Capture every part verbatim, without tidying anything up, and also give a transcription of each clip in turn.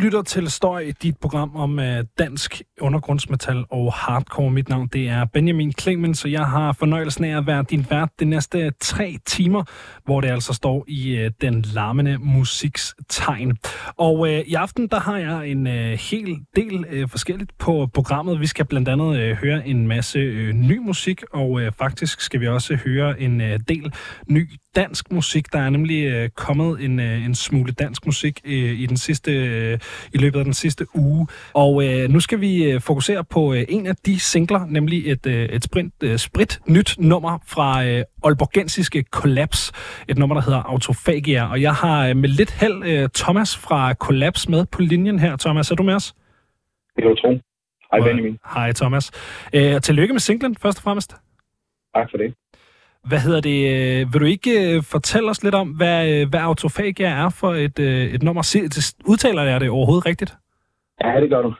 lytter til Støj, dit program om uh, dansk undergrundsmetal og hardcore. Mit navn det er Benjamin Clemens, og jeg har fornøjelsen af at være din vært de næste tre timer, hvor det altså står i uh, den larmende musiks tegn. Og uh, i aften der har jeg en uh, hel del uh, forskelligt på programmet. Vi skal blandt andet uh, høre en masse uh, ny musik, og uh, faktisk skal vi også høre en uh, del ny dansk musik. Der er nemlig øh, kommet en, øh, en smule dansk musik øh, i den sidste øh, i løbet af den sidste uge. Og øh, nu skal vi øh, fokusere på øh, en af de singler, nemlig et øh, et sprint øh, sprit nyt nummer fra øh, aalborgensiske Collapse, et nummer der hedder Autofagia. Og jeg har øh, med lidt held øh, Thomas fra Collapse med på linjen her. Thomas, er du med os? Det kan du tro. Hej Benjamin. Hej Thomas. Øh, tillykke med singlen først og fremmest. Tak for det. Hvad hedder det? Vil du ikke uh, fortælle os lidt om, hvad, uh, hvad Autofagia er for et, uh, et nummer? Udtaler jeg det overhovedet rigtigt? Ja, det gør du.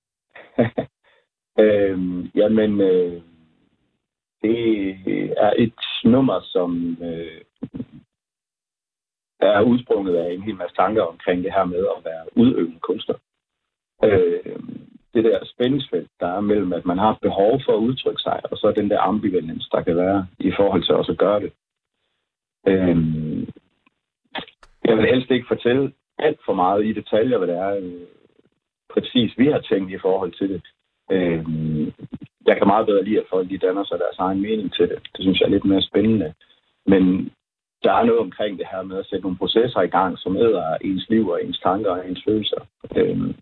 øhm, jamen, øh, det er et nummer, som øh, er udsprunget af en hel masse tanker omkring det her med at være udøvende kunstner. Øh, det der spændingsfelt, der er mellem, at man har et behov for at udtrykke sig, og så den der ambivalens, der kan være i forhold til også at gøre det. Øhm, jeg vil helst ikke fortælle alt for meget i detaljer, hvad det er øh, præcis, vi har tænkt i forhold til det. Øhm, jeg kan meget bedre lide, at folk de danner sig deres egen mening til det. Det synes jeg er lidt mere spændende. Men der er noget omkring det her med at sætte nogle processer i gang, som æder ens liv og ens tanker og ens følelser. Øhm,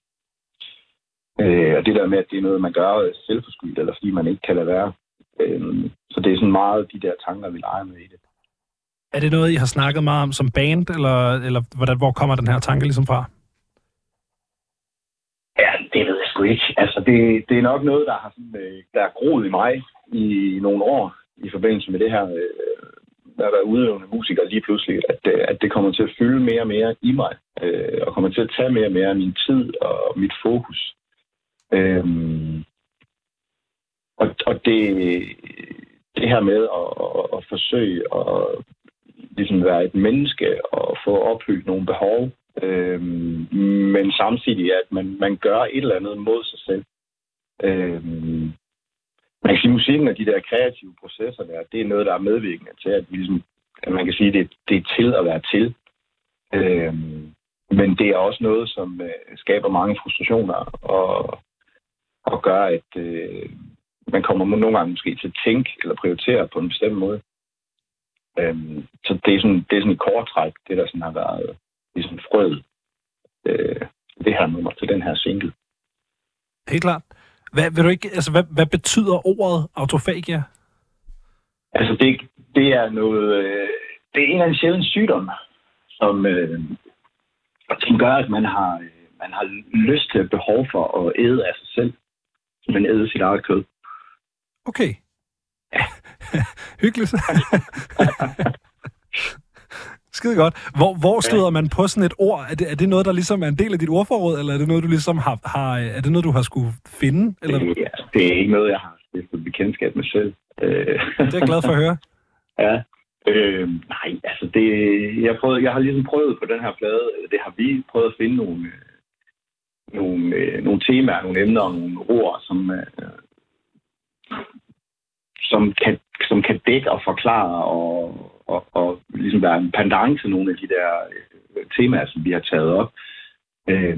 Øh, og det der med, at det er noget, man gør selvforskyldt, eller fordi man ikke kan lade være. Øh, så det er sådan meget de der tanker, vi leger med i det. Er det noget, I har snakket meget om som band, eller, eller hvordan, hvor kommer den her tanke ligesom fra? Ja, det ved jeg sgu ikke. Altså, det, det er nok noget, der har sådan, der er groet i mig i nogle år, i forbindelse med det her, øh, der er udøvende musiker lige pludselig, at, at det kommer til at fylde mere og mere i mig, øh, og kommer til at tage mere og mere af min tid og mit fokus. Øhm, og, og det, det her med at, at, at forsøge at ligesom være et menneske og få opfyldt nogle behov, øhm, men samtidig at man, man gør et eller andet mod sig selv. Øhm, man kan sige, musikken og de der kreative processer der, det er noget, der er medvirkende til, at, vi ligesom, at man kan sige, at det, det er til at være til. Øhm, men det er også noget, som øh, skaber mange frustrationer og og gør, at øh, man kommer nogle gange måske til at tænke eller prioritere på en bestemt måde. Øhm, så det er sådan, det er sådan et kort træk, det der sådan har været ligesom frøet øh, det her nummer til den her single. Helt klart. Hvad, vil du ikke, altså, hvad, hvad betyder ordet autofagia? Altså det, det er noget, øh, det er en af de sjældne sygdomme, som, øh, som gør, at man har, øh, man har lyst til at behov for at æde af sig selv. Men æde sit eget kød. Okay. Hyggeligt. Skide godt. Hvor, hvor støder man på sådan et ord? Er det, er det noget, der ligesom er en del af dit ordforråd, eller er det noget, du ligesom har, har er det noget, du har skulle finde? Eller? Det, er, det er ikke noget, jeg har stiftet bekendtskab med selv. Det er jeg glad for at høre. Ja. Øh, nej, altså det, jeg, prøvede, jeg har ligesom prøvet på den her plade, det har vi prøvet at finde nogle... Nogle, øh, nogle temaer, nogle emner og nogle ord, som, øh, som, kan, som kan dække og forklare og, og, og ligesom være en pendant til nogle af de der øh, temaer, som vi har taget op. Øh,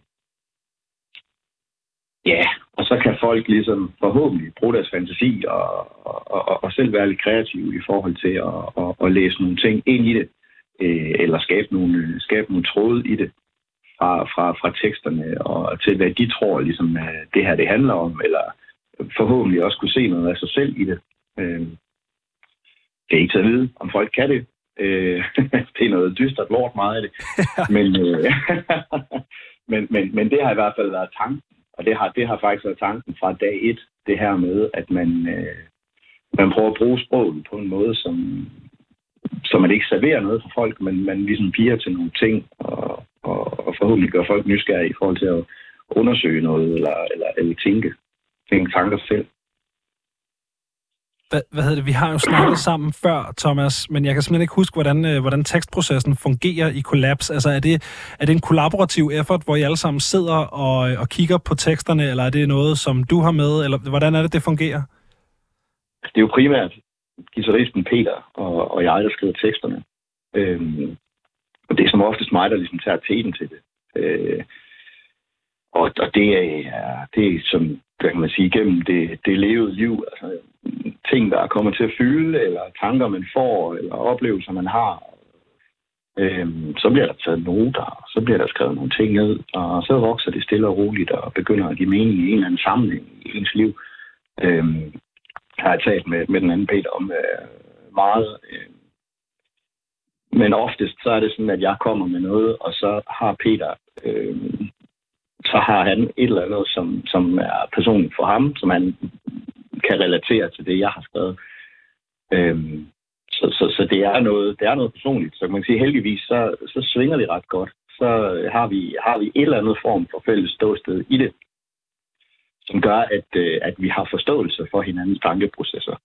ja, og så kan folk ligesom forhåbentlig bruge deres fantasi og, og, og, og selv være lidt kreative i forhold til at, at, at læse nogle ting ind i det, øh, eller skabe nogle, skabe nogle tråde i det. Fra, fra, fra teksterne og til, hvad de tror, ligesom, det her det handler om, eller forhåbentlig også kunne se noget af sig selv i det. Øh, det er ikke til at vide, om folk kan det. Øh, det er noget dystert lort meget af det. men, øh, men, men, men det har i hvert fald været tanken, og det har, det har faktisk været tanken fra dag et, det her med, at man, øh, man prøver at bruge sproget på en måde, som, som man ikke serverer noget for folk, men man ligesom piger til nogle ting, og Og, og forhåbentlig gør folk nysgerrige i forhold til at undersøge noget, eller, eller, eller tænke, tænke tanker selv. Hvad, hvad hedder det? Vi har jo snakket sammen før, Thomas, men jeg kan simpelthen ikke huske, hvordan, øh, hvordan tekstprocessen fungerer i Collapse. Altså, er det, er det en kollaborativ effort, hvor I alle sammen sidder og, og kigger på teksterne, eller er det noget, som du har med, eller hvordan er det, det fungerer? Det er jo primært guitaristen Peter og, og jeg, der skriver teksterne. Øhm, og det er som oftest mig, der ligesom tager teten til det. Øh, og, og det er, det er som, hvad kan man sige, gennem det, det levede liv, altså ting, der kommer til at fylde, eller tanker, man får, eller oplevelser, man har. Øhm, så bliver der taget noter, og så bliver der skrevet nogle ting ned, og så vokser det stille og roligt, og begynder at give mening i en eller anden sammenhæng i ens liv. Øhm, har jeg talt med, med den anden Peter om øh, meget. Øh, men oftest så er det sådan, at jeg kommer med noget, og så har Peter, øh, så har han et eller andet, som, som er personligt for ham, som han kan relatere til det, jeg har skrevet. Øh, så, så, så det er noget, det er noget personligt. Så man kan sige, heldigvis, så, så svinger det ret godt. Så har vi, har vi et eller andet form for fælles ståsted i det, som gør, at, øh, at vi har forståelse for hinandens tankeprocesser.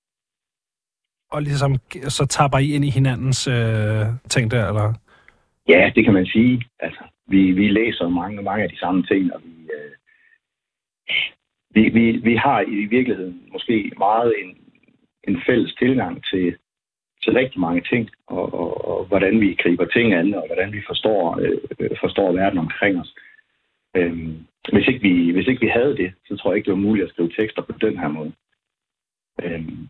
Og ligesom så tapper I ind i hinandens øh, ting der, eller? Ja, det kan man sige. Altså, vi, vi læser mange, mange af de samme ting, og vi, øh, vi, vi, vi har i virkeligheden måske meget en, en fælles tilgang til, til rigtig mange ting, og, og, og hvordan vi griber ting an, og hvordan vi forstår, øh, forstår verden omkring os. Øh, Hvis ikke, vi, hvis ikke vi havde det, så tror jeg ikke, det var muligt at skrive tekster på den her måde. Øhm,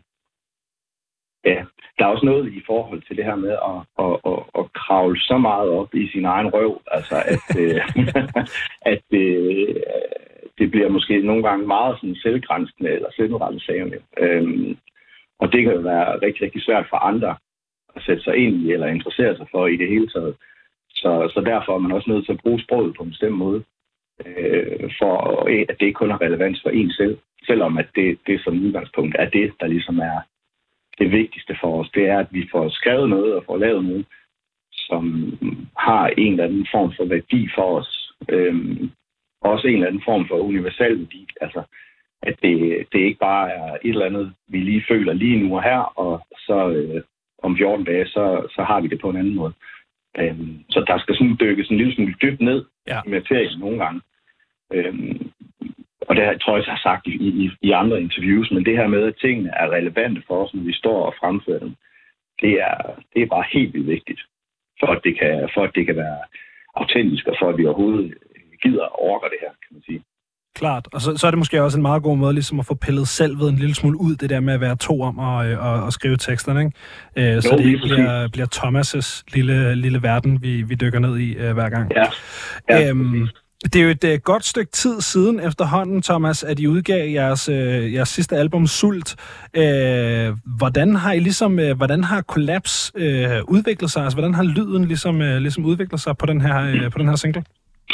ja, der er også noget i forhold til det her med at, at, at, at kravle så meget op i sin egen røv, altså at, øh, at øh, det bliver måske nogle gange meget sådan selvgrænsende eller selvrealiserende. Øhm, og det kan jo være rigtig, rigtig svært for andre at sætte sig ind i eller interessere sig for i det hele taget. Så, så derfor er man også nødt til at bruge sproget på en bestemt måde. Øh, for at det ikke kun har relevans for en selv, selvom at det, det som udgangspunkt er det, der ligesom er det vigtigste for os. Det er, at vi får skrevet noget og får lavet noget, som har en eller anden form for værdi for os. Øhm, også en eller anden form for universal værdi. Altså, at det, det ikke bare er et eller andet, vi lige føler lige nu og her, og så øh, om fjorten dage, så, så har vi det på en anden måde. Øhm, så der skal sådan dykkes en lille smule dybt ned ja. i materien nogle gange. Øhm, og det tror jeg, jeg har sagt i, i, i andre interviews, men det her med, at tingene er relevante for os, når vi står og fremfører dem, det er, det er bare helt vildt vigtigt, for at, det kan, for at det kan være autentisk, og for at vi overhovedet gider og orker det her, kan man sige. Klart, og så, så er det måske også en meget god måde ligesom at få pillet selvet en lille smule ud, det der med at være to om og, og, og skrive teksterne, ikke? Øh, jo, så det ikke bliver, bliver Thomas' lille, lille verden, vi, vi dykker ned i øh, hver gang. Ja. Ja, øhm, det er jo et uh, godt stykke tid siden efterhånden, Thomas, at I udgav jeres, uh, jeres sidste album, Sult. Uh, hvordan har I ligesom, uh, hvordan har Collapse uh, udviklet sig? Altså, hvordan har lyden ligesom, uh, ligesom udviklet sig på den her, uh, på den her single?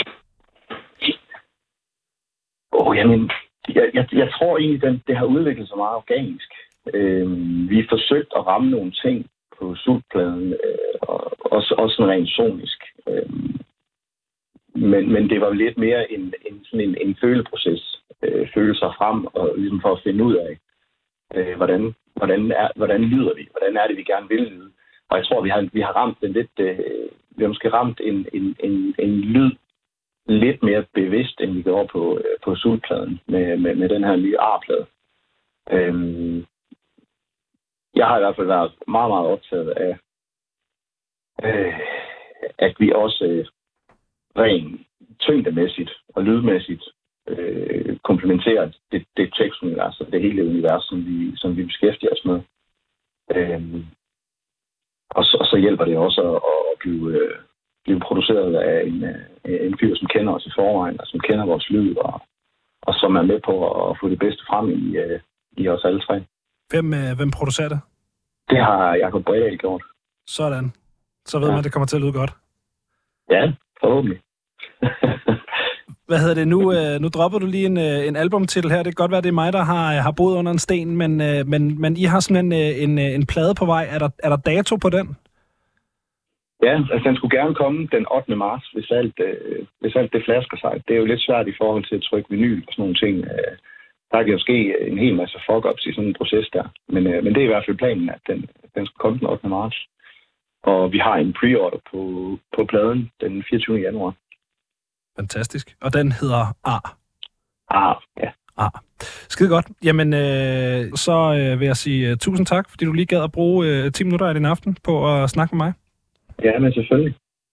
Åh, oh, jamen, jeg, jeg, jeg tror egentlig, at det har udviklet sig meget organisk. Uh, vi har forsøgt at ramme nogle ting på Sult-pladen, uh, og også, også sådan rent sonisk. Uh, Men, men det var lidt mere en, en, sådan en, en føleproces, øh, føle sig frem, og ligesom for at finde ud af, øh, hvordan, hvordan, er, hvordan lyder vi, hvordan er det, vi gerne vil lyde. Og jeg tror, vi har, vi har ramt en lidt, øh, vi har måske ramt en, en, en, en lyd lidt mere bevidst, end vi gjorde på, øh, på Sult-pladen med, med, med den her nye A-plade. Øh, jeg har i hvert fald været meget, meget optaget af, øh, at vi også... Øh, rent tyngdemæssigt og lydmæssigt øh, komplementerer det, det teksten, altså det hele univers, som vi, som vi beskæftiger os med. Øhm, og, så, og så hjælper det også at, at blive, øh, blive produceret af en, øh, en fyr, som kender os i forvejen, og som kender vores lyd, og, og som er med på at få det bedste frem i, øh, i os alle tre. Hvem, øh, hvem producerer det? Det har Jacob Bredal gjort. Sådan. Så ved ja. man, at det kommer til at lyde godt. Ja, forhåbentlig. Hvad hedder det nu? Nu dropper du lige en, en albumtitel her. Det kan godt være, det er mig, der har, har boet under en sten, men, men, men I har simpelthen en, en, en plade på vej. Er der, er der dato på den? Ja, altså den skulle gerne komme den ottende marts, hvis alt, øh, hvis alt det flasker sig. Det er jo lidt svært i forhold til at trykke vinyl og sådan nogle ting. der kan jo ske en hel masse fuck-ups i sådan en proces der. Men, øh, men det er i hvert fald planen, at den, den skal komme den ottende marts. Og vi har en pre-order på, på pladen den fireogtyvende januar. Fantastisk. Og den hedder Ar. Ar, ja. Ar. Skide godt. Jamen, øh, så øh, vil jeg sige uh, tusind tak, fordi du lige gad at bruge uh, ti minutter af din aften på at snakke med mig. Ja, men selvfølgelig.